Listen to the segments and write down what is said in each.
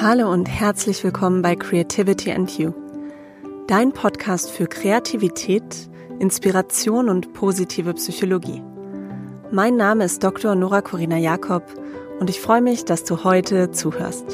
Hallo und herzlich willkommen bei Creativity and You, dein Podcast für Kreativität, Inspiration und positive Psychologie. Mein Name ist Dr. Nora Corina Jakob und ich freue mich, dass du heute zuhörst.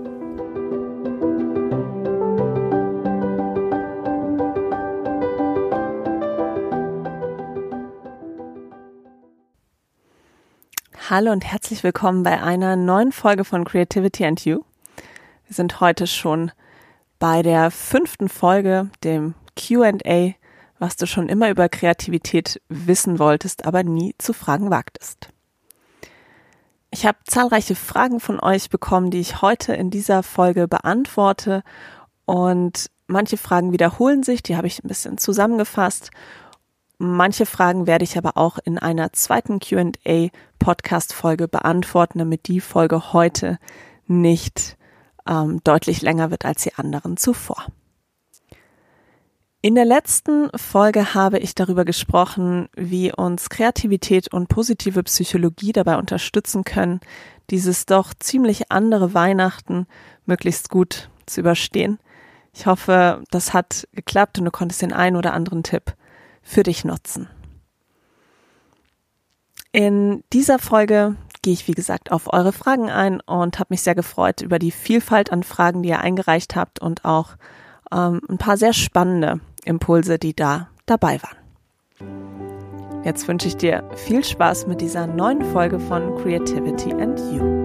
Hallo und herzlich willkommen bei einer neuen Folge von Creativity and You. Wir sind heute schon bei der 5. Folge, dem Q&A, was du schon immer über Kreativität wissen wolltest, aber nie zu fragen wagtest. Ich habe zahlreiche Fragen von euch bekommen, die ich heute in dieser Folge beantworte, und manche Fragen wiederholen sich, die habe ich ein bisschen zusammengefasst. Manche Fragen werde ich aber auch in einer zweiten Q&A-Podcast-Folge beantworten, damit die Folge heute nicht deutlich länger wird als die anderen zuvor. In der letzten Folge habe ich darüber gesprochen, wie uns Kreativität und positive Psychologie dabei unterstützen können, dieses doch ziemlich andere Weihnachten möglichst gut zu überstehen. Ich hoffe, das hat geklappt und du konntest den einen oder anderen Tipp für dich nutzen. In dieser Folge gehe ich, wie gesagt, auf eure Fragen ein und habe mich sehr gefreut über die Vielfalt an Fragen, die ihr eingereicht habt, und auch ein paar sehr spannende Impulse, die da dabei waren. Jetzt wünsche ich dir viel Spaß mit dieser neuen Folge von Creativity and You.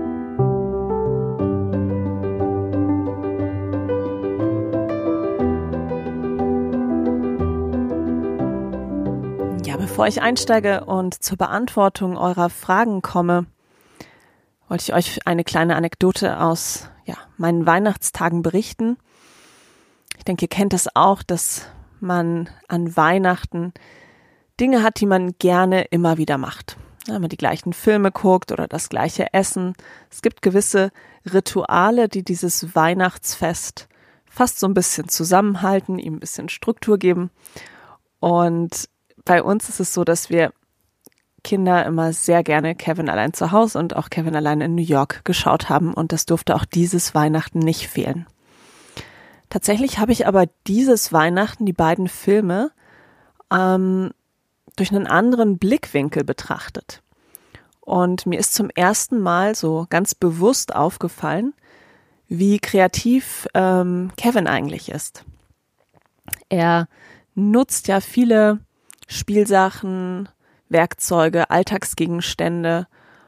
Bevor ich einsteige und zur Beantwortung eurer Fragen komme, wollte ich euch eine kleine Anekdote aus meinen Weihnachtstagen berichten. Ich denke, ihr kennt es auch, dass man an Weihnachten Dinge hat, die man gerne immer wieder macht. Wenn man die gleichen Filme guckt oder das gleiche Essen. Es gibt gewisse Rituale, die dieses Weihnachtsfest fast so ein bisschen zusammenhalten, ihm ein bisschen Struktur geben. Und bei uns ist es so, dass wir Kinder immer sehr gerne Kevin allein zu Hause und auch Kevin allein in New York geschaut haben, und das durfte auch dieses Weihnachten nicht fehlen. Tatsächlich habe ich aber dieses Weihnachten die beiden Filme durch einen anderen Blickwinkel betrachtet. Und mir ist zum ersten Mal so ganz bewusst aufgefallen, wie kreativ Kevin eigentlich ist. Er nutzt ja viele Spielsachen, Werkzeuge, Alltagsgegenstände,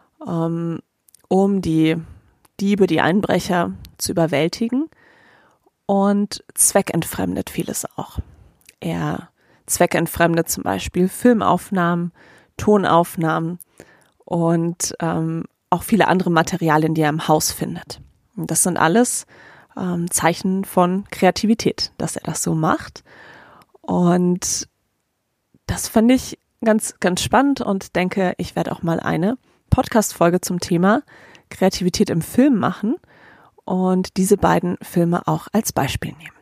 um die Diebe, die Einbrecher zu überwältigen, und zweckentfremdet vieles auch. Er zweckentfremdet zum Beispiel Filmaufnahmen, Tonaufnahmen und auch viele andere Materialien, die er im Haus findet. Und das sind alles Zeichen von Kreativität, dass er das so macht. Und das fand ich ganz, ganz spannend und denke, ich werde auch mal eine Podcast-Folge zum Thema Kreativität im Film machen und diese beiden Filme auch als Beispiel nehmen.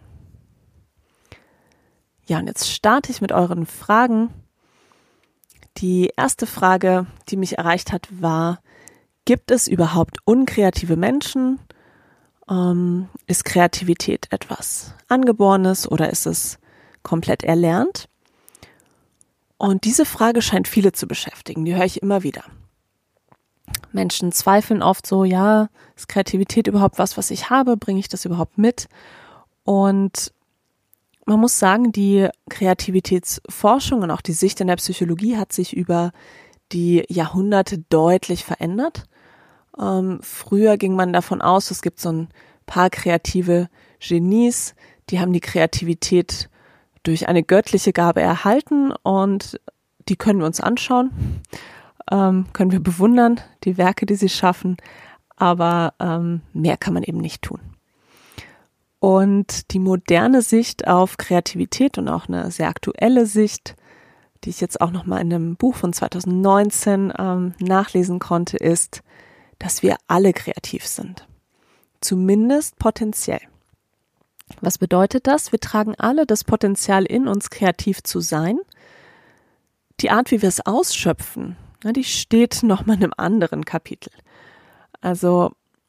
Ja, und jetzt starte ich mit euren Fragen. Die erste Frage, die mich erreicht hat, war: Gibt es überhaupt unkreative Menschen? Ist Kreativität etwas Angeborenes oder ist es komplett erlernt? Und diese Frage scheint viele zu beschäftigen, die höre ich immer wieder. Menschen zweifeln oft so, ja, ist Kreativität überhaupt was ich habe? Bringe ich das überhaupt mit? Und man muss sagen, die Kreativitätsforschung und auch die Sicht in der Psychologie hat sich über die Jahrhunderte deutlich verändert. Früher ging man davon aus, es gibt so ein paar kreative Genies, die haben die Kreativität durch eine göttliche Gabe erhalten, und die können wir uns anschauen, können wir bewundern, die Werke, die sie schaffen, aber mehr kann man eben nicht tun. Und die moderne Sicht auf Kreativität und auch eine sehr aktuelle Sicht, die ich jetzt auch nochmal in einem Buch von 2019 nachlesen konnte, ist, dass wir alle kreativ sind. Zumindest potenziell. Was bedeutet das? Wir tragen alle das Potenzial in uns, kreativ zu sein. Die Art, wie wir es ausschöpfen, die steht nochmal in einem anderen Kapitel. Also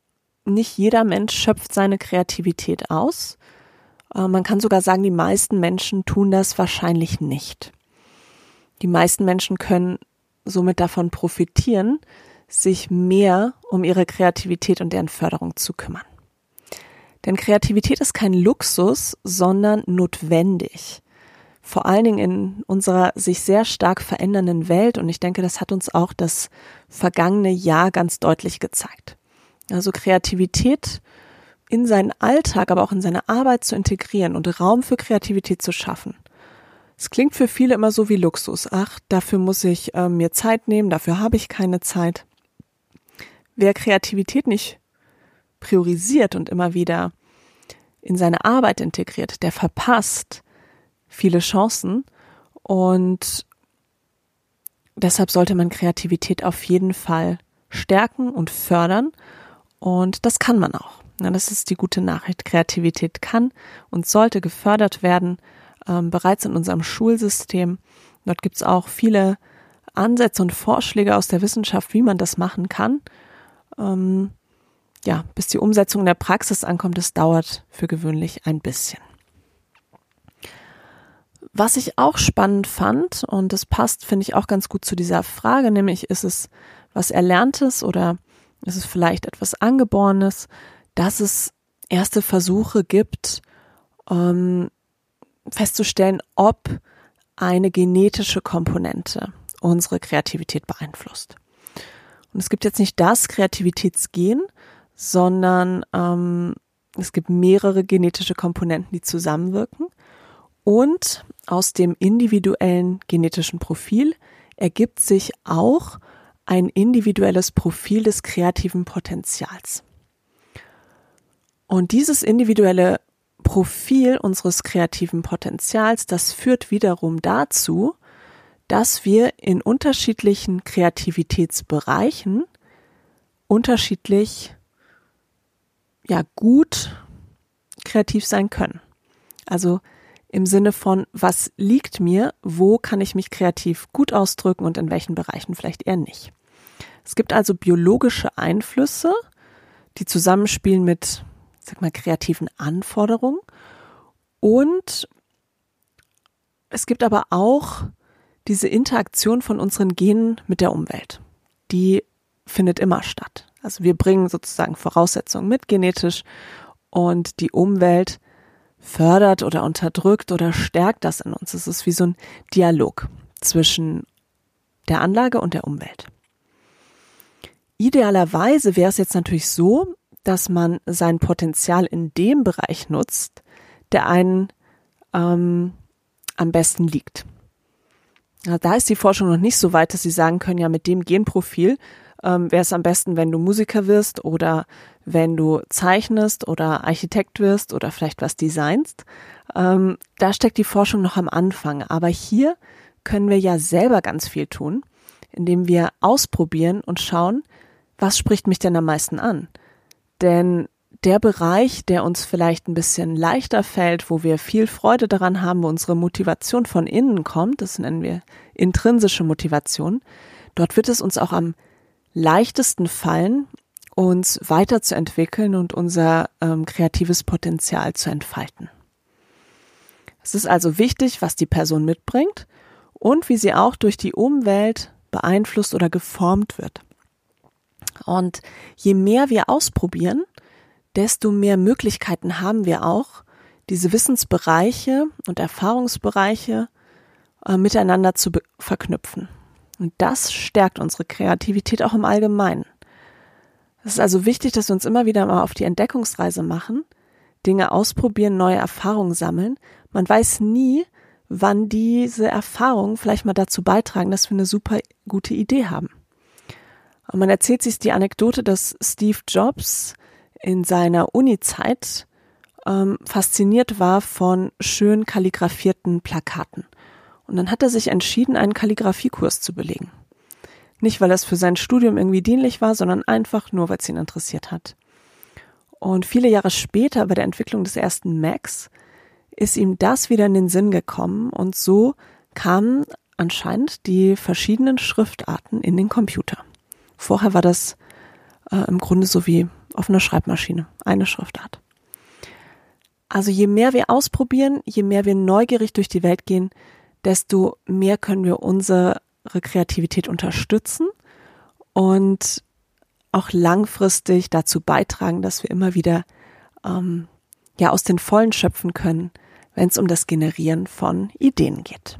nicht jeder Mensch schöpft seine Kreativität aus. Man kann sogar sagen, die meisten Menschen tun das wahrscheinlich nicht. Die meisten Menschen können somit davon profitieren, sich mehr um ihre Kreativität und deren Förderung zu kümmern. Denn Kreativität ist kein Luxus, sondern notwendig. Vor allen Dingen in unserer sich sehr stark verändernden Welt. Und ich denke, das hat uns auch das vergangene Jahr ganz deutlich gezeigt. Also Kreativität in seinen Alltag, aber auch in seine Arbeit zu integrieren und Raum für Kreativität zu schaffen. Es klingt für viele immer so wie Luxus. Ach, dafür muss ich mir Zeit nehmen, dafür habe ich keine Zeit. Wer Kreativität nicht priorisiert und immer wieder in seine Arbeit integriert, der verpasst viele Chancen. Und deshalb sollte man Kreativität auf jeden Fall stärken und fördern. Und das kann man auch. Das ist die gute Nachricht. Kreativität kann und sollte gefördert werden, bereits in unserem Schulsystem. Dort gibt es auch viele Ansätze und Vorschläge aus der Wissenschaft, wie man das machen kann. Bis die Umsetzung in der Praxis ankommt, das dauert für gewöhnlich ein bisschen. Was ich auch spannend fand, und das passt, finde ich, auch ganz gut zu dieser Frage, nämlich ist es was Erlerntes oder ist es vielleicht etwas Angeborenes, dass es erste Versuche gibt, festzustellen, ob eine genetische Komponente unsere Kreativität beeinflusst. Und es gibt jetzt nicht das Kreativitätsgen, sondern es gibt mehrere genetische Komponenten, die zusammenwirken. Und aus dem individuellen genetischen Profil ergibt sich auch ein individuelles Profil des kreativen Potenzials. Und dieses individuelle Profil unseres kreativen Potenzials, das führt wiederum dazu, dass wir in unterschiedlichen Kreativitätsbereichen unterschiedlich gut kreativ sein können. Also im Sinne von, was liegt mir, wo kann ich mich kreativ gut ausdrücken und in welchen Bereichen vielleicht eher nicht. Es gibt also biologische Einflüsse, die zusammenspielen mit, kreativen Anforderungen. Und es gibt aber auch diese Interaktion von unseren Genen mit der Umwelt. Die findet immer statt. Also wir bringen sozusagen Voraussetzungen mit genetisch und die Umwelt fördert oder unterdrückt oder stärkt das in uns. Es ist wie so ein Dialog zwischen der Anlage und der Umwelt. Idealerweise wäre es jetzt natürlich so, dass man sein Potenzial in dem Bereich nutzt, der einen am besten liegt. Ja, da ist die Forschung noch nicht so weit, dass sie sagen können, ja, mit dem Genprofil wäre es am besten, wenn du Musiker wirst oder wenn du zeichnest oder Architekt wirst oder vielleicht was designst. Da steckt die Forschung noch am Anfang. Aber hier können wir ja selber ganz viel tun, indem wir ausprobieren und schauen, was spricht mich denn am meisten an? Denn der Bereich, der uns vielleicht ein bisschen leichter fällt, wo wir viel Freude daran haben, wo unsere Motivation von innen kommt, das nennen wir intrinsische Motivation, dort wird es uns auch am leichtesten fallen, uns weiterzuentwickeln und unser kreatives Potenzial zu entfalten. Es ist also wichtig, was die Person mitbringt und wie sie auch durch die Umwelt beeinflusst oder geformt wird. Und je mehr wir ausprobieren, desto mehr Möglichkeiten haben wir auch, diese Wissensbereiche und Erfahrungsbereiche miteinander zu verknüpfen. Und das stärkt unsere Kreativität auch im Allgemeinen. Es ist also wichtig, dass wir uns immer wieder mal auf die Entdeckungsreise machen, Dinge ausprobieren, neue Erfahrungen sammeln. Man weiß nie, wann diese Erfahrungen vielleicht mal dazu beitragen, dass wir eine super gute Idee haben. Und man erzählt sich die Anekdote, dass Steve Jobs in seiner Uni-Zeit fasziniert war von schön kalligraphierten Plakaten. Und dann hat er sich entschieden, einen Kalligrafiekurs zu belegen. Nicht, weil das für sein Studium irgendwie dienlich war, sondern einfach nur, weil es ihn interessiert hat. Und viele Jahre später, bei der Entwicklung des ersten Macs, ist ihm das wieder in den Sinn gekommen und so kamen anscheinend die verschiedenen Schriftarten in den Computer. Vorher war das im Grunde so wie auf einer Schreibmaschine, eine Schriftart. Also je mehr wir ausprobieren, je mehr wir neugierig durch die Welt gehen, desto mehr können wir unsere Kreativität unterstützen und auch langfristig dazu beitragen, dass wir immer wieder aus den Vollen schöpfen können, wenn es um das Generieren von Ideen geht.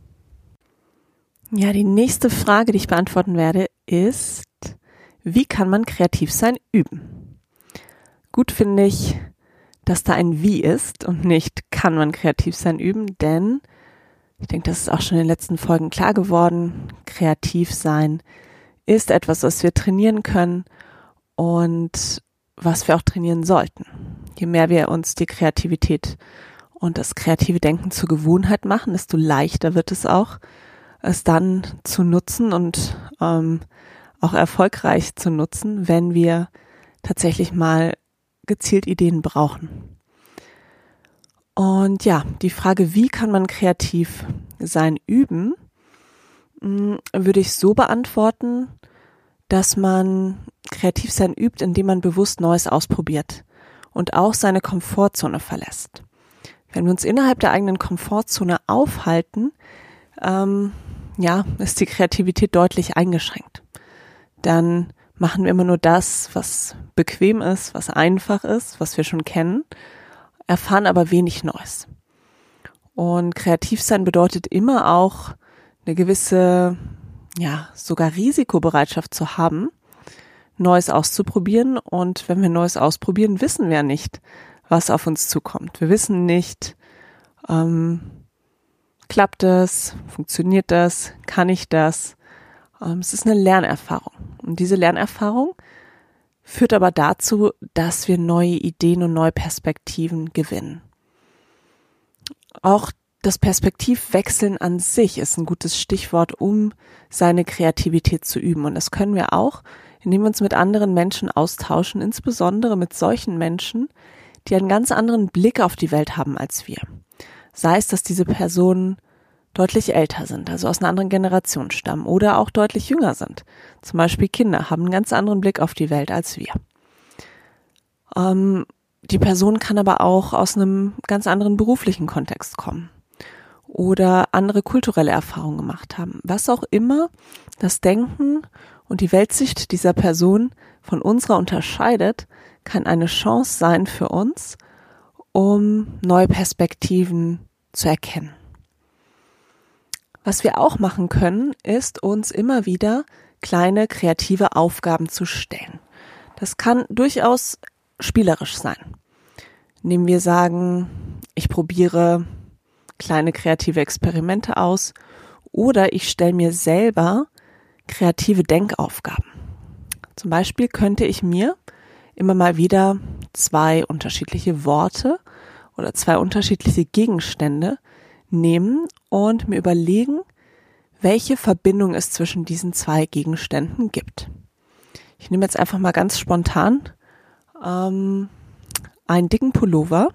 Ja, die nächste Frage, die ich beantworten werde, ist, wie kann man kreativ sein üben? Gut finde ich, dass da ein Wie ist und nicht kann man kreativ sein üben, denn ich denke, das ist auch schon in den letzten Folgen klar geworden. Kreativ sein ist etwas, was wir trainieren können und was wir auch trainieren sollten. Je mehr wir uns die Kreativität und das kreative Denken zur Gewohnheit machen, desto leichter wird es auch, es dann zu nutzen und auch erfolgreich zu nutzen, wenn wir tatsächlich mal gezielt Ideen brauchen. Und ja, die Frage, wie kann man kreativ sein üben, würde ich so beantworten, dass man kreativ sein übt, indem man bewusst Neues ausprobiert und auch seine Komfortzone verlässt. Wenn wir uns innerhalb der eigenen Komfortzone aufhalten, ist die Kreativität deutlich eingeschränkt. Dann machen wir immer nur das, was bequem ist, was einfach ist, was wir schon kennen, erfahren aber wenig Neues. Und kreativ sein bedeutet immer auch eine gewisse, sogar Risikobereitschaft zu haben, Neues auszuprobieren. Und wenn wir Neues ausprobieren, wissen wir nicht, was auf uns zukommt. Wir wissen nicht, klappt das, funktioniert das, kann ich das? Es ist eine Lernerfahrung. Und diese Lernerfahrung führt aber dazu, dass wir neue Ideen und neue Perspektiven gewinnen. Auch das Perspektivwechseln an sich ist ein gutes Stichwort, um seine Kreativität zu üben. Und das können wir auch, indem wir uns mit anderen Menschen austauschen, insbesondere mit solchen Menschen, die einen ganz anderen Blick auf die Welt haben als wir. Sei es, dass diese Personen deutlich älter sind, also aus einer anderen Generation stammen oder auch deutlich jünger sind. Zum Beispiel Kinder haben einen ganz anderen Blick auf die Welt als wir. Die Person kann aber auch aus einem ganz anderen beruflichen Kontext kommen oder andere kulturelle Erfahrungen gemacht haben. Was auch immer das Denken und die Weltsicht dieser Person von unserer unterscheidet, kann eine Chance sein für uns, um neue Perspektiven zu erkennen. Was wir auch machen können, ist uns immer wieder kleine kreative Aufgaben zu stellen. Das kann durchaus spielerisch sein. Indem wir sagen, ich probiere kleine kreative Experimente aus oder ich stelle mir selber kreative Denkaufgaben. Zum Beispiel könnte ich mir immer mal wieder 2 unterschiedliche Worte oder 2 unterschiedliche Gegenstände nehmen und mir überlegen, welche Verbindung es zwischen diesen 2 Gegenständen gibt. Ich nehme jetzt einfach mal ganz spontan einen dicken Pullover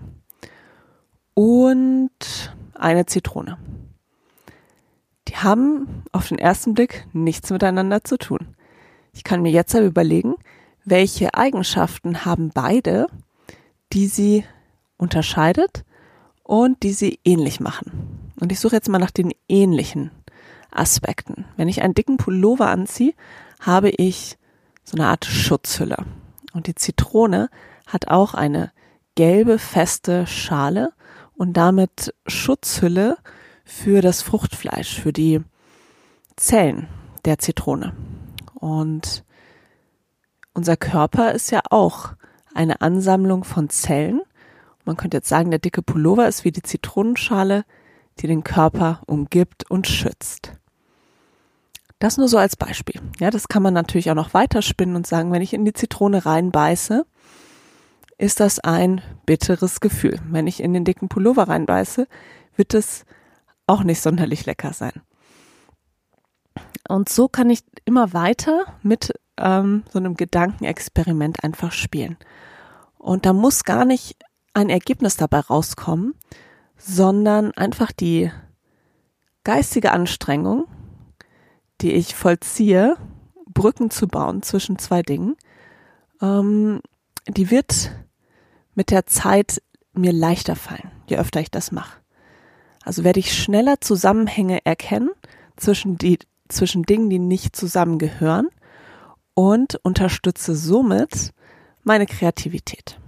und eine Zitrone. Die haben auf den ersten Blick nichts miteinander zu tun. Ich kann mir jetzt aber überlegen, welche Eigenschaften haben beide, die sie unterscheidet und die sie ähnlich machen. Und ich suche jetzt mal nach den ähnlichen Aspekten. Wenn ich einen dicken Pullover anziehe, habe ich so eine Art Schutzhülle. Und die Zitrone hat auch eine gelbe, feste Schale und damit Schutzhülle für das Fruchtfleisch, für die Zellen der Zitrone. Und unser Körper ist ja auch eine Ansammlung von Zellen. Man könnte jetzt sagen, der dicke Pullover ist wie die Zitronenschale, die den Körper umgibt und schützt. Das nur so als Beispiel. Ja, das kann man natürlich auch noch weiterspinnen und sagen, wenn ich in die Zitrone reinbeiße, ist das ein bitteres Gefühl. Wenn ich in den dicken Pullover reinbeiße, wird es auch nicht sonderlich lecker sein. Und so kann ich immer weiter mit so einem Gedankenexperiment einfach spielen. Und da muss gar nicht ein Ergebnis dabei rauskommen, sondern einfach die geistige Anstrengung, die ich vollziehe, Brücken zu bauen zwischen 2 Dingen, die wird mit der Zeit mir leichter fallen, je öfter ich das mache. Also werde ich schneller Zusammenhänge erkennen zwischen Dingen, die nicht zusammengehören, und unterstütze somit meine Kreativität.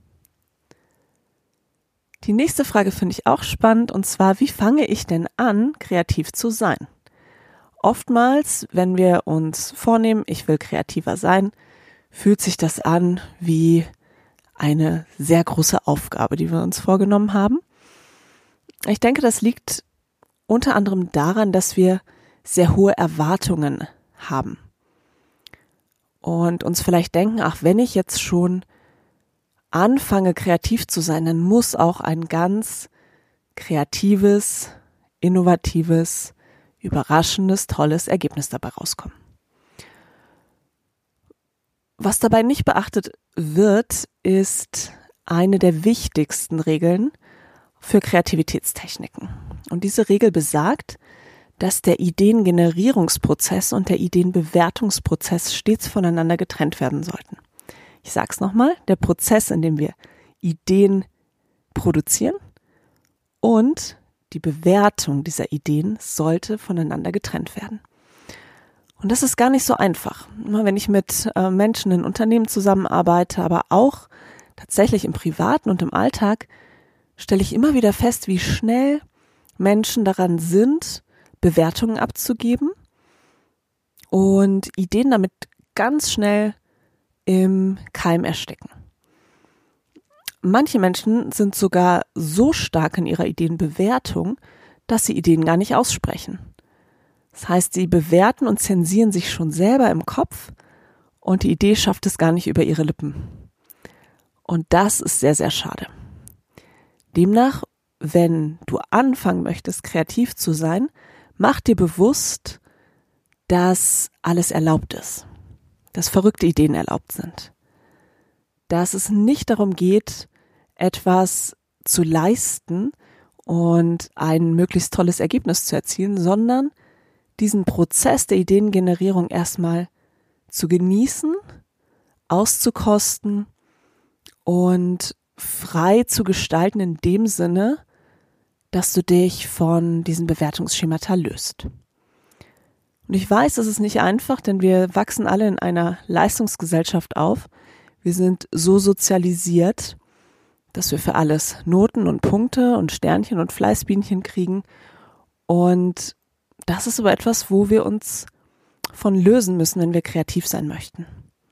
Die nächste Frage finde ich auch spannend, und zwar, wie fange ich denn an, kreativ zu sein? Oftmals, wenn wir uns vornehmen, ich will kreativer sein, fühlt sich das an wie eine sehr große Aufgabe, die wir uns vorgenommen haben. Ich denke, das liegt unter anderem daran, dass wir sehr hohe Erwartungen haben und uns vielleicht denken, ach, wenn ich jetzt schon anfange, kreativ zu sein, dann muss auch ein ganz kreatives, innovatives, überraschendes, tolles Ergebnis dabei rauskommen. Was dabei nicht beachtet wird, ist eine der wichtigsten Regeln für Kreativitätstechniken. Und diese Regel besagt, dass der Ideengenerierungsprozess und der Ideenbewertungsprozess stets voneinander getrennt werden sollten. Ich sage es nochmal, der Prozess, in dem wir Ideen produzieren, und die Bewertung dieser Ideen sollte voneinander getrennt werden. Und das ist gar nicht so einfach. Wenn ich mit Menschen in Unternehmen zusammenarbeite, aber auch tatsächlich im Privaten und im Alltag, stelle ich immer wieder fest, wie schnell Menschen daran sind, Bewertungen abzugeben und Ideen damit ganz schnell im Keim ersticken. Manche Menschen sind sogar so stark in ihrer Ideenbewertung, dass sie Ideen gar nicht aussprechen. Das heißt, sie bewerten und zensieren sich schon selber im Kopf und die Idee schafft es gar nicht über ihre Lippen. Und das ist sehr, sehr schade. Demnach, wenn du anfangen möchtest, kreativ zu sein, mach dir bewusst, dass alles erlaubt ist, dass verrückte Ideen erlaubt sind, dass es nicht darum geht, etwas zu leisten und ein möglichst tolles Ergebnis zu erzielen, sondern diesen Prozess der Ideengenerierung erstmal zu genießen, auszukosten und frei zu gestalten in dem Sinne, dass du dich von diesen Bewertungsschemata löst. Und ich weiß, es ist nicht einfach, denn wir wachsen alle in einer Leistungsgesellschaft auf. Wir sind so sozialisiert, dass wir für alles Noten und Punkte und Sternchen und Fleißbienchen kriegen. Und das ist aber etwas, wo wir uns von lösen müssen, wenn wir kreativ sein möchten.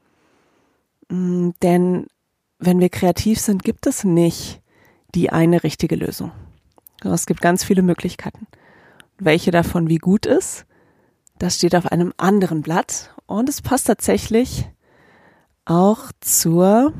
Denn wenn wir kreativ sind, gibt es nicht die eine richtige Lösung. Es gibt ganz viele Möglichkeiten. Welche davon wie gut ist, das steht auf einem anderen Blatt. Und es passt tatsächlich auch zur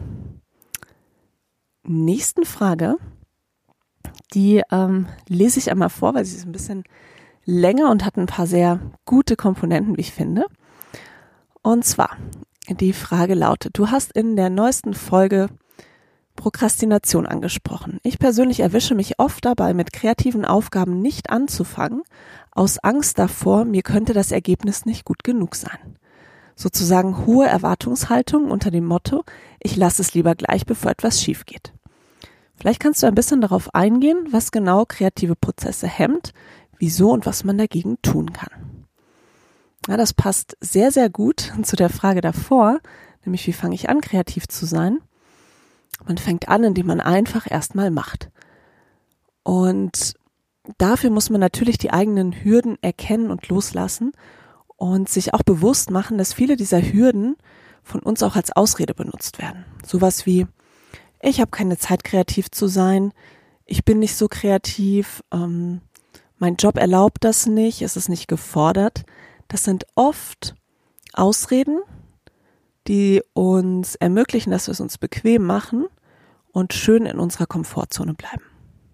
nächsten Frage. Die lese ich einmal vor, weil sie ist ein bisschen länger und hat ein paar sehr gute Komponenten, wie ich finde. Und zwar, die Frage lautet, du hast in der neuesten Folge Prokrastination angesprochen. Ich persönlich erwische mich oft dabei, mit kreativen Aufgaben nicht anzufangen, aus Angst davor, mir könnte das Ergebnis nicht gut genug sein. Sozusagen hohe Erwartungshaltung unter dem Motto, ich lasse es lieber gleich, bevor etwas schief geht. Vielleicht kannst du ein bisschen darauf eingehen, was genau kreative Prozesse hemmt, wieso und was man dagegen tun kann. Ja, das passt sehr, sehr gut zu der Frage davor, nämlich wie fange ich an, kreativ zu sein? Man fängt an, indem man einfach erstmal macht. Und dafür muss man natürlich die eigenen Hürden erkennen und loslassen und sich auch bewusst machen, dass viele dieser Hürden von uns auch als Ausrede benutzt werden. Sowas wie, ich habe keine Zeit, kreativ zu sein, ich bin nicht so kreativ, mein Job erlaubt das nicht, es ist nicht gefordert. Das sind oft Ausreden, die uns ermöglichen, dass wir es uns bequem machen und schön in unserer Komfortzone bleiben.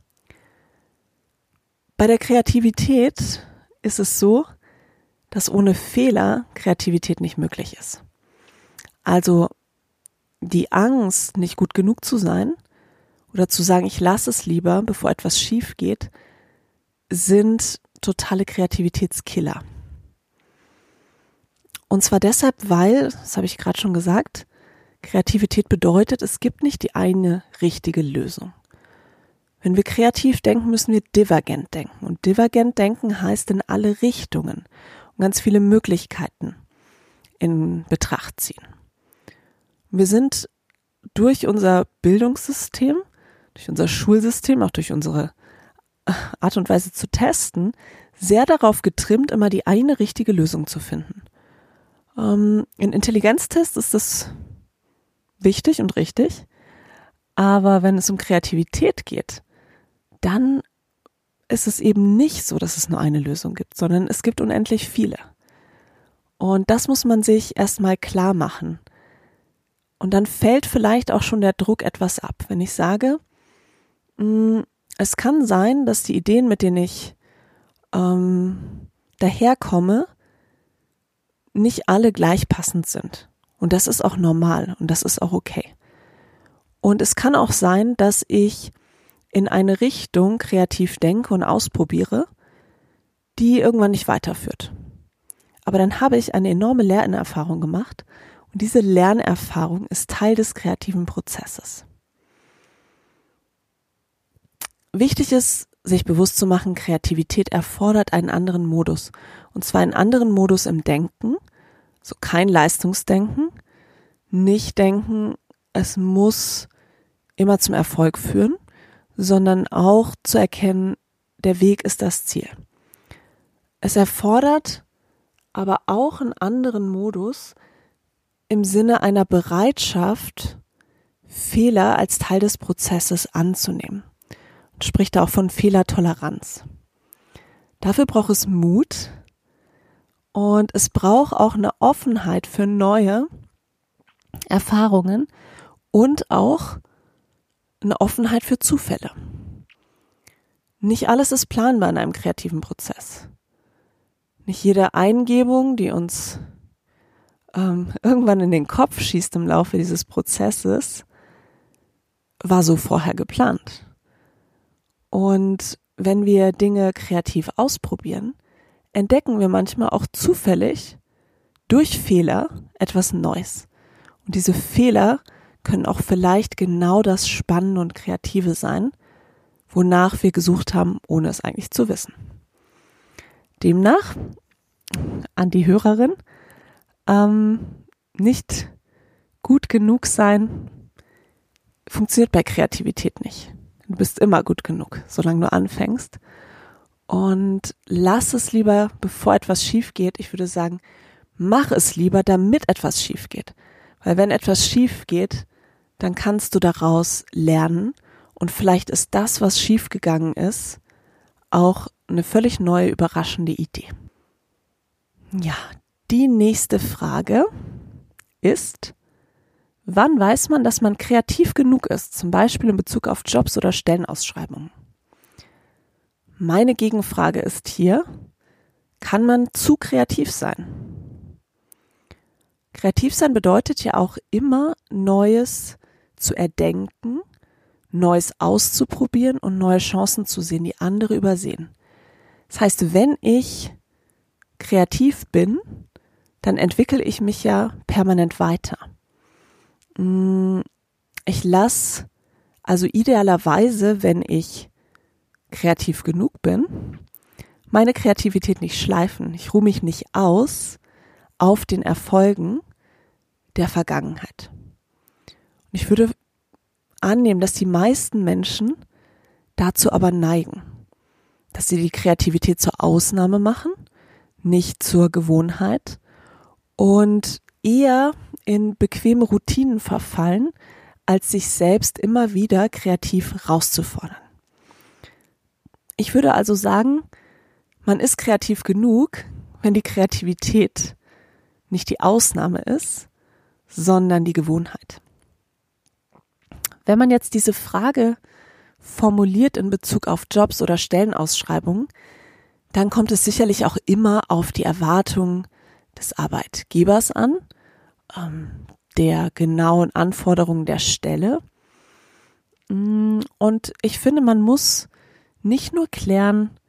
Bei der Kreativität ist es so, dass ohne Fehler Kreativität nicht möglich ist. Also die Angst, nicht gut genug zu sein oder zu sagen, ich lasse es lieber, bevor etwas schief geht, sind totale Kreativitätskiller. Und zwar deshalb, weil, das habe ich gerade schon gesagt, Kreativität bedeutet, es gibt nicht die eine richtige Lösung. Wenn wir kreativ denken, müssen wir divergent denken. Und divergent denken heißt in alle Richtungen und ganz viele Möglichkeiten in Betracht ziehen. Wir sind durch unser Bildungssystem, durch unser Schulsystem, auch durch unsere Art und Weise zu testen, sehr darauf getrimmt, immer die eine richtige Lösung zu finden. In Intelligenztests ist das wichtig und richtig, aber wenn es um Kreativität geht, dann ist es eben nicht so, dass es nur eine Lösung gibt, sondern es gibt unendlich viele. Und das muss man sich erstmal klar machen. Und dann fällt vielleicht auch schon der Druck etwas ab, wenn ich sage, es kann sein, dass die Ideen, mit denen ich daherkomme, nicht alle gleich passend sind. Und das ist auch normal und das ist auch okay. Und es kann auch sein, dass ich in eine Richtung kreativ denke und ausprobiere, die irgendwann nicht weiterführt. Aber dann habe ich eine enorme Lernerfahrung gemacht und diese Lernerfahrung ist Teil des kreativen Prozesses. Wichtig ist, sich bewusst zu machen, Kreativität erfordert einen anderen Modus. Und zwar einen anderen Modus im Denken, so kein Leistungsdenken, nicht denken, es muss immer zum Erfolg führen, sondern auch zu erkennen, der Weg ist das Ziel. Es erfordert aber auch einen anderen Modus im Sinne einer Bereitschaft, Fehler als Teil des Prozesses anzunehmen. Und spricht da auch von Fehlertoleranz. Dafür braucht es Mut und es braucht auch eine Offenheit für neue Erfahrungen und auch eine Offenheit für Zufälle. Nicht alles ist planbar in einem kreativen Prozess. Nicht jede Eingebung, die uns irgendwann in den Kopf schießt im Laufe dieses Prozesses, war so vorher geplant. Und wenn wir Dinge kreativ ausprobieren, entdecken wir manchmal auch zufällig durch Fehler etwas Neues. Und diese Fehler können auch vielleicht genau das Spannende und Kreative sein, wonach wir gesucht haben, ohne es eigentlich zu wissen. Demnach, an die Hörerin, nicht gut genug sein, funktioniert bei Kreativität nicht. Du bist immer gut genug, solange du anfängst. Und lass es lieber, bevor etwas schief geht. Ich würde sagen, mach es lieber, damit etwas schief geht. Weil wenn etwas schief geht, dann kannst du daraus lernen. Und vielleicht ist das, was schief gegangen ist, auch eine völlig neue, überraschende Idee. Ja, die nächste Frage ist: Wann weiß man, dass man kreativ genug ist, zum Beispiel in Bezug auf Jobs oder Stellenausschreibungen? Meine Gegenfrage ist hier: Kann man zu kreativ sein? Kreativ sein bedeutet ja auch immer, Neues zu erdenken, Neues auszuprobieren und neue Chancen zu sehen, die andere übersehen. Das heißt, wenn ich kreativ bin, dann entwickle ich mich ja permanent weiter. Ich lasse also idealerweise, wenn ich kreativ genug bin, meine Kreativität nicht schleifen. Ich ruhe mich nicht aus auf den Erfolgen der Vergangenheit. Und ich würde annehmen, dass die meisten Menschen dazu aber neigen, dass sie die Kreativität zur Ausnahme machen, nicht zur Gewohnheit und eher in bequeme Routinen verfallen, als sich selbst immer wieder kreativ rauszufordern. Ich würde also sagen, man ist kreativ genug, wenn die Kreativität nicht die Ausnahme ist, sondern die Gewohnheit. Wenn man jetzt diese Frage formuliert in Bezug auf Jobs oder Stellenausschreibungen, dann kommt es sicherlich auch immer auf die Erwartungen des Arbeitgebers an, der genauen Anforderungen der Stelle. Und ich finde, man muss nicht nur klären,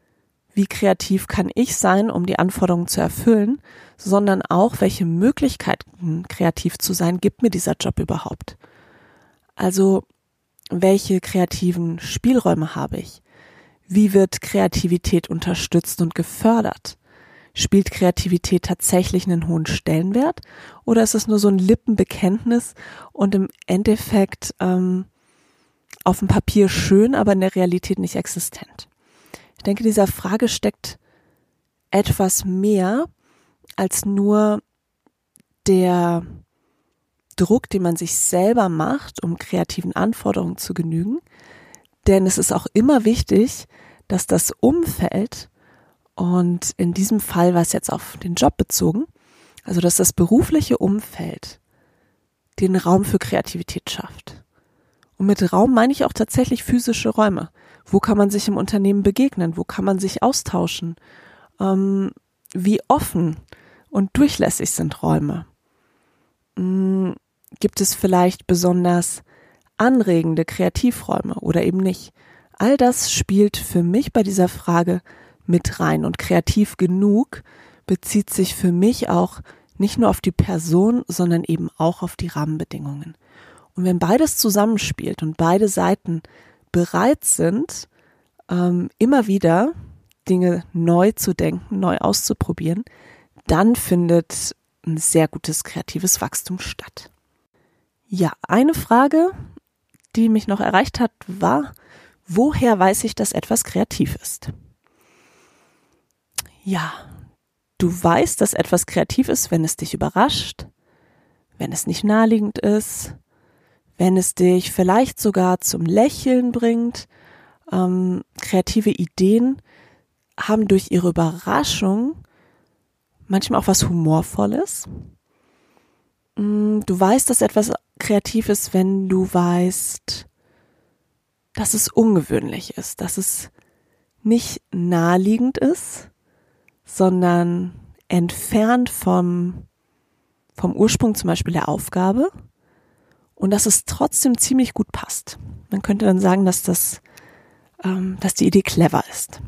wie kreativ kann ich sein, um die Anforderungen zu erfüllen, sondern auch, welche Möglichkeiten, kreativ zu sein, gibt mir dieser Job überhaupt? Also, welche kreativen Spielräume habe ich? Wie wird Kreativität unterstützt und gefördert? Spielt Kreativität tatsächlich einen hohen Stellenwert oder ist es nur so ein Lippenbekenntnis und im Endeffekt auf dem Papier schön, aber in der Realität nicht existent? Ich denke, dieser Frage steckt etwas mehr als nur der Druck, den man sich selber macht, um kreativen Anforderungen zu genügen. Denn es ist auch immer wichtig, dass das Umfeld, und in diesem Fall war es jetzt auf den Job bezogen, also dass das berufliche Umfeld den Raum für Kreativität schafft. Und mit Raum meine ich auch tatsächlich physische Räume. Wo kann man sich im Unternehmen begegnen? Wo kann man sich austauschen? Wie offen und durchlässig sind Räume? Gibt es vielleicht besonders anregende Kreativräume oder eben nicht? All das spielt für mich bei dieser Frage mit rein. Und kreativ genug bezieht sich für mich auch nicht nur auf die Person, sondern eben auch auf die Rahmenbedingungen. Und wenn beides zusammenspielt und beide Seiten bereit sind, immer wieder Dinge neu zu denken, neu auszuprobieren, dann findet ein sehr gutes kreatives Wachstum statt. Ja, eine Frage, die mich noch erreicht hat, war, woher weiß ich, dass etwas kreativ ist? Ja, du weißt, dass etwas kreativ ist, wenn es dich überrascht, wenn es nicht naheliegend ist, wenn es dich vielleicht sogar zum Lächeln bringt. Kreative Ideen haben durch ihre Überraschung manchmal auch was Humorvolles. Du weißt, dass etwas kreativ ist, wenn du weißt, dass es ungewöhnlich ist, dass es nicht naheliegend ist, sondern entfernt vom Ursprung zum Beispiel der Aufgabe und dass es trotzdem ziemlich gut passt. Man könnte dann sagen, dass die Idee clever ist.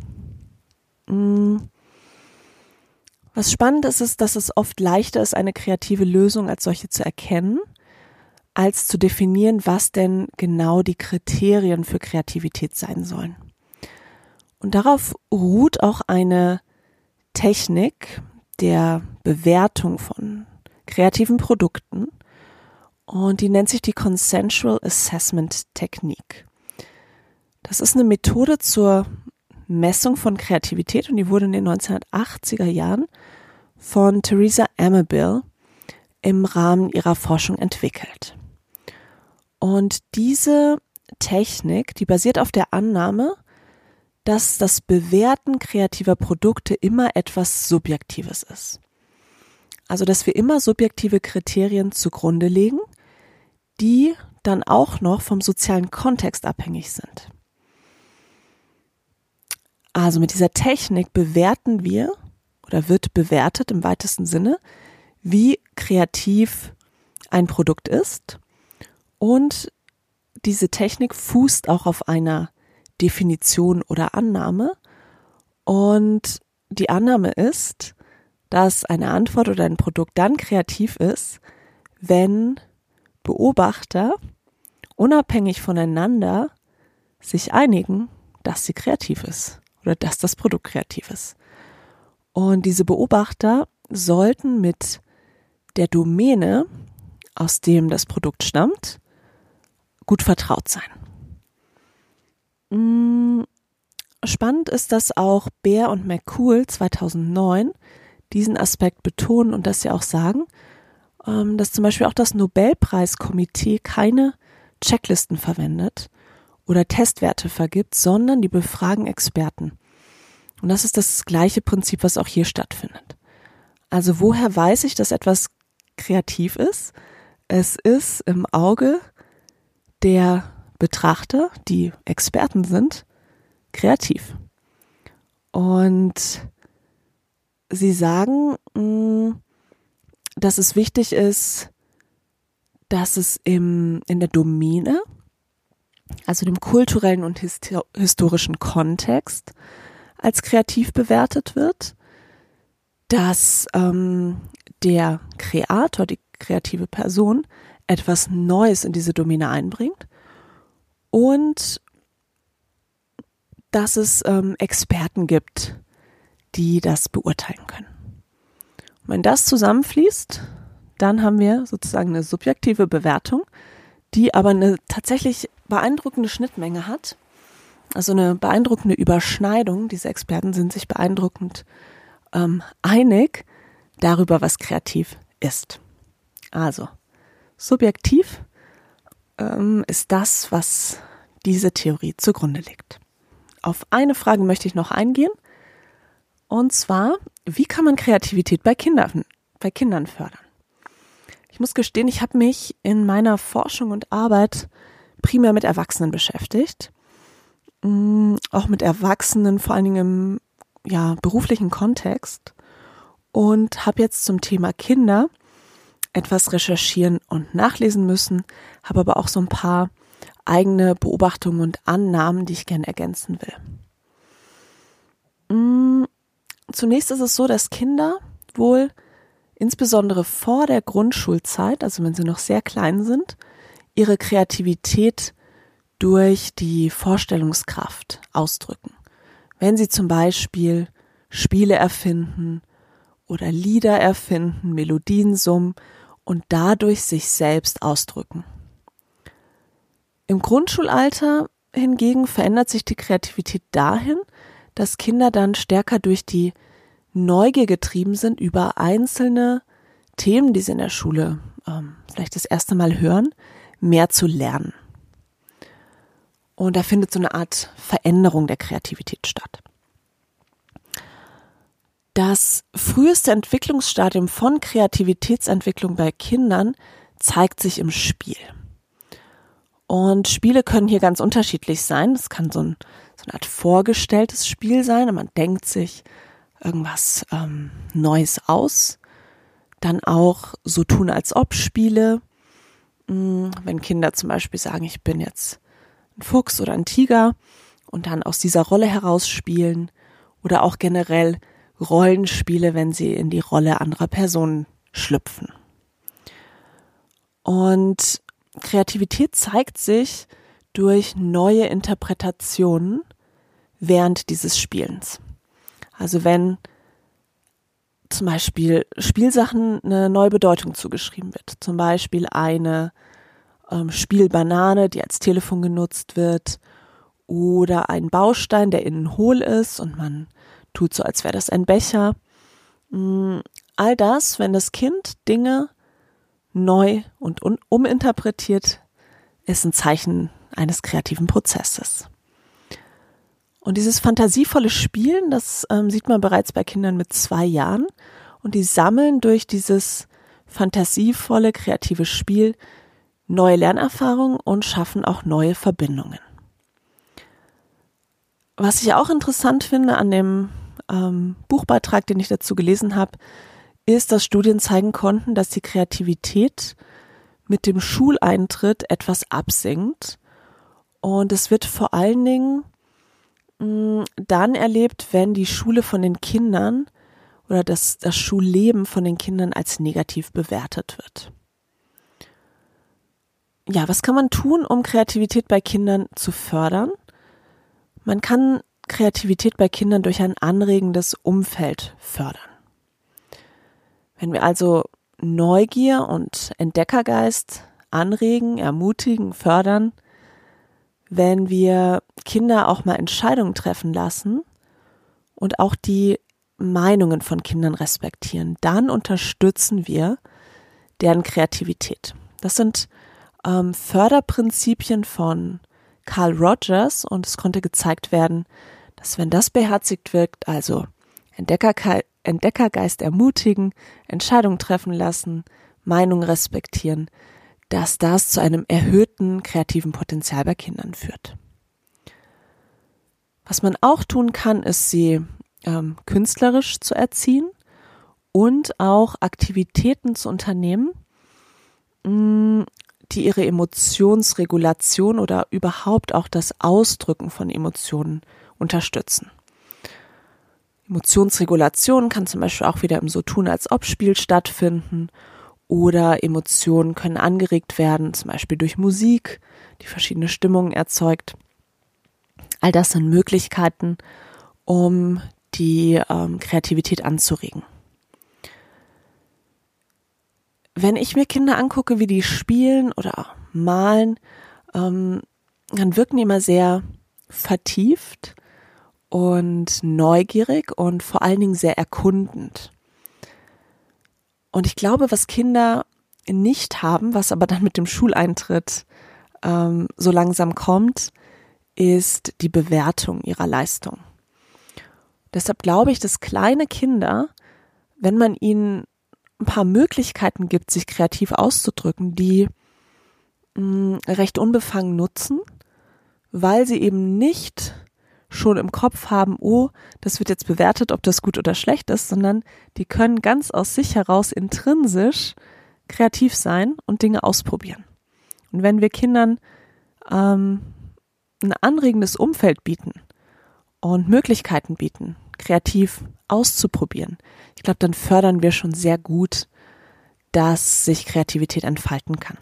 Was spannend ist, dass es oft leichter ist, eine kreative Lösung als solche zu erkennen, als zu definieren, was denn genau die Kriterien für Kreativität sein sollen. Und darauf ruht auch eine Technik der Bewertung von kreativen Produkten und die nennt sich die Consensual Assessment Technik. Das ist eine Methode zur Messung von Kreativität und die wurde in den 1980er Jahren von Theresa Amabile im Rahmen ihrer Forschung entwickelt. Und diese Technik, die basiert auf der Annahme, dass das Bewerten kreativer Produkte immer etwas Subjektives ist. Also, dass wir immer subjektive Kriterien zugrunde legen, die dann auch noch vom sozialen Kontext abhängig sind. Also mit dieser Technik bewerten wir oder wird bewertet im weitesten Sinne, wie kreativ ein Produkt ist. Und diese Technik fußt auch auf einer Definition oder Annahme. Und die Annahme ist, dass eine Antwort oder ein Produkt dann kreativ ist, wenn Beobachter unabhängig voneinander sich einigen, dass sie kreativ ist oder dass das Produkt kreativ ist. Und diese Beobachter sollten mit der Domäne, aus dem das Produkt stammt, gut vertraut sein. Spannend ist, dass auch Baer und McCool 2009 diesen Aspekt betonen und dass sie auch sagen, dass zum Beispiel auch das Nobelpreiskomitee keine Checklisten verwendet oder Testwerte vergibt, sondern die befragen Experten. Und das ist das gleiche Prinzip, was auch hier stattfindet. Also woher weiß ich, dass etwas kreativ ist? Es ist im Auge der Betrachter, die Experten sind, kreativ. Und sie sagen, dass es wichtig ist, dass es in der Domäne, also dem kulturellen und historischen Kontext, als kreativ bewertet wird, dass der Kreator, die kreative Person, etwas Neues in diese Domäne einbringt und dass es Experten gibt, die das beurteilen können. Und wenn das zusammenfließt, dann haben wir sozusagen eine subjektive Bewertung, die aber eine tatsächlich beeindruckende Schnittmenge hat, also eine beeindruckende Überschneidung. Diese Experten sind sich beeindruckend einig darüber, was kreativ ist. Also, subjektiv ist das, was diese Theorie zugrunde liegt. Auf eine Frage möchte ich noch eingehen. Und zwar, wie kann man Kreativität bei Kindern fördern? Ich muss gestehen, ich habe mich in meiner Forschung und Arbeit primär mit Erwachsenen beschäftigt. Auch mit Erwachsenen, vor allen Dingen im beruflichen Kontext. Und habe jetzt zum Thema Kinder etwas recherchieren und nachlesen müssen, habe aber auch so ein paar eigene Beobachtungen und Annahmen, die ich gerne ergänzen will. Zunächst ist es so, dass Kinder wohl insbesondere vor der Grundschulzeit, also wenn sie noch sehr klein sind, ihre Kreativität durch die Vorstellungskraft ausdrücken. Wenn sie zum Beispiel Spiele erfinden oder Lieder erfinden, Melodien summen und dadurch sich selbst ausdrücken. Im Grundschulalter hingegen verändert sich die Kreativität dahin, dass Kinder dann stärker durch die Neugier getrieben sind, über einzelne Themen, die sie in der Schule vielleicht das erste Mal hören, mehr zu lernen. Und da findet so eine Art Veränderung der Kreativität statt. Das früheste Entwicklungsstadium von Kreativitätsentwicklung bei Kindern zeigt sich im Spiel. Und Spiele können hier ganz unterschiedlich sein. Es kann so eine Art vorgestelltes Spiel sein, und man denkt sich irgendwas Neues aus. Dann auch so tun als ob Spiele. Wenn Kinder zum Beispiel sagen, ich bin jetzt ein Fuchs oder ein Tiger und dann aus dieser Rolle heraus spielen. Oder auch generell Rollenspiele, wenn sie in die Rolle anderer Personen schlüpfen. Und Kreativität zeigt sich durch neue Interpretationen während dieses Spielens. Also wenn zum Beispiel Spielsachen eine neue Bedeutung zugeschrieben wird, zum Beispiel eine Spielbanane, die als Telefon genutzt wird, oder ein Baustein, der innen hohl ist und man tut so, als wäre das ein Becher. All das, wenn das Kind Dinge neu und uminterpretiert, ist ein Zeichen eines kreativen Prozesses. Und dieses fantasievolle Spielen, das sieht man bereits bei Kindern mit 2 Jahren. Und die sammeln durch dieses fantasievolle, kreative Spiel neue Lernerfahrungen und schaffen auch neue Verbindungen. Was ich auch interessant finde an dem Buchbeitrag, den ich dazu gelesen habe, ist, dass Studien zeigen konnten, dass die Kreativität mit dem Schuleintritt etwas absinkt. Und es wird vor allen Dingen dann erlebt, wenn die Schule von den Kindern oder das Schulleben von den Kindern als negativ bewertet wird. Ja, was kann man tun, um Kreativität bei Kindern zu fördern? Man kann Kreativität bei Kindern durch ein anregendes Umfeld fördern. Wenn wir also Neugier und Entdeckergeist anregen, ermutigen, fördern, wenn wir Kinder auch mal Entscheidungen treffen lassen und auch die Meinungen von Kindern respektieren, dann unterstützen wir deren Kreativität. Das sind Förderprinzipien von Carl Rogers und es konnte gezeigt werden, dass wenn das beherzigt wirkt, also Entdeckergeist ermutigen, Entscheidungen treffen lassen, Meinungen respektieren, dass das zu einem erhöhten kreativen Potenzial bei Kindern führt. Was man auch tun kann, ist, sie künstlerisch zu erziehen und auch Aktivitäten zu unternehmen, die ihre Emotionsregulation oder überhaupt auch das Ausdrücken von Emotionen unterstützen. Emotionsregulation kann zum Beispiel auch wieder im So-tun-als-ob-Spiel stattfinden oder Emotionen können angeregt werden, zum Beispiel durch Musik, die verschiedene Stimmungen erzeugt. All das sind Möglichkeiten, um die Kreativität anzuregen. Wenn ich mir Kinder angucke, wie die spielen oder malen, dann wirken die immer sehr vertieft und neugierig und vor allen Dingen sehr erkundend. Und ich glaube, was Kinder nicht haben, was aber dann mit dem Schuleintritt so langsam kommt, ist die Bewertung ihrer Leistung. Deshalb glaube ich, dass kleine Kinder, wenn man ihnen ein paar Möglichkeiten gibt, sich kreativ auszudrücken, die recht unbefangen nutzen, weil sie eben nicht schon im Kopf haben, oh, das wird jetzt bewertet, ob das gut oder schlecht ist, sondern die können ganz aus sich heraus intrinsisch kreativ sein und Dinge ausprobieren. Und wenn wir Kindern ein anregendes Umfeld bieten und Möglichkeiten bieten, kreativ auszuprobieren, ich glaube, dann fördern wir schon sehr gut, dass sich Kreativität entfalten kann.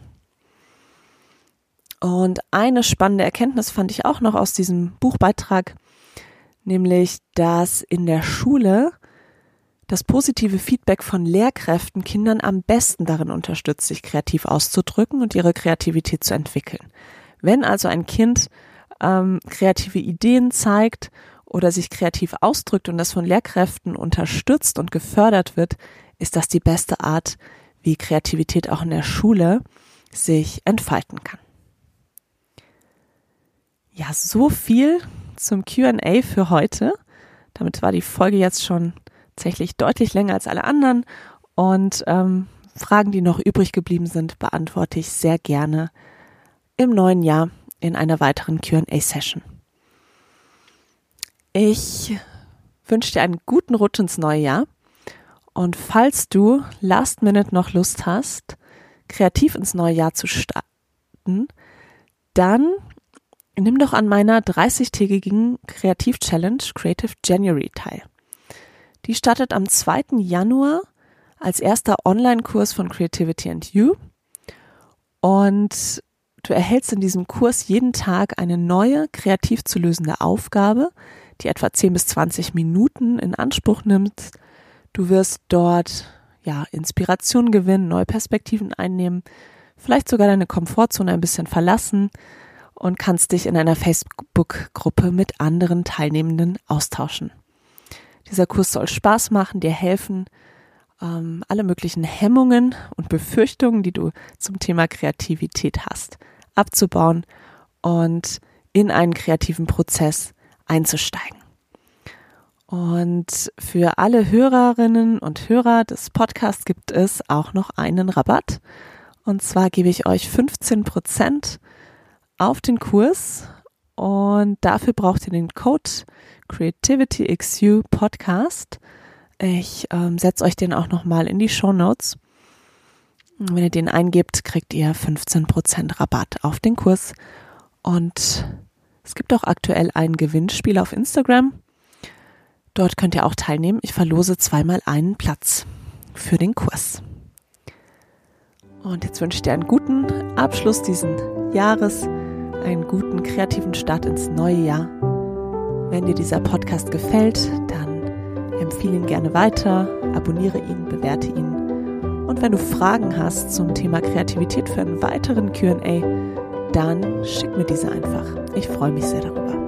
Und eine spannende Erkenntnis fand ich auch noch aus diesem Buchbeitrag, nämlich, dass in der Schule das positive Feedback von Lehrkräften Kindern am besten darin unterstützt, sich kreativ auszudrücken und ihre Kreativität zu entwickeln. Wenn also ein Kind kreative Ideen zeigt oder sich kreativ ausdrückt und das von Lehrkräften unterstützt und gefördert wird, ist das die beste Art, wie Kreativität auch in der Schule sich entfalten kann. Ja, so viel zum Q&A für heute. Damit war die Folge jetzt schon tatsächlich deutlich länger als alle anderen und Fragen, die noch übrig geblieben sind, beantworte ich sehr gerne im neuen Jahr in einer weiteren Q&A-Session. Ich wünsche dir einen guten Rutsch ins neue Jahr und falls du last minute noch Lust hast, kreativ ins neue Jahr zu starten, dann nimm doch an meiner 30-tägigen Kreativ-Challenge Creative January teil. Die startet am 2. Januar als erster Online-Kurs von Creativity and You und du erhältst in diesem Kurs jeden Tag eine neue, kreativ zu lösende Aufgabe, die etwa 10 bis 20 Minuten in Anspruch nimmt. Du wirst dort Inspiration gewinnen, neue Perspektiven einnehmen, vielleicht sogar deine Komfortzone ein bisschen verlassen und kannst dich in einer Facebook-Gruppe mit anderen Teilnehmenden austauschen. Dieser Kurs soll Spaß machen, dir helfen, alle möglichen Hemmungen und Befürchtungen, die du zum Thema Kreativität hast, abzubauen und in einen kreativen Prozess einzusteigen. Und für alle Hörerinnen und Hörer des Podcasts gibt es auch noch einen Rabatt. Und zwar gebe ich euch 15% auf den Kurs und dafür braucht ihr den Code CreativityXU Podcast. Ich setze euch den auch nochmal in die Shownotes. Wenn ihr den eingebt, kriegt ihr 15% Rabatt auf den Kurs. Und es gibt auch aktuell ein Gewinnspiel auf Instagram. Dort könnt ihr auch teilnehmen. Ich verlose 2-mal einen Platz für den Kurs. Und jetzt wünsche ich dir einen guten Abschluss diesen Jahres, einen guten kreativen Start ins neue Jahr. Wenn dir dieser Podcast gefällt, dann empfehle ihn gerne weiter, abonniere ihn, bewerte ihn. Und wenn du Fragen hast zum Thema Kreativität für einen weiteren Q&A, dann schick mir diese einfach. Ich freue mich sehr darüber.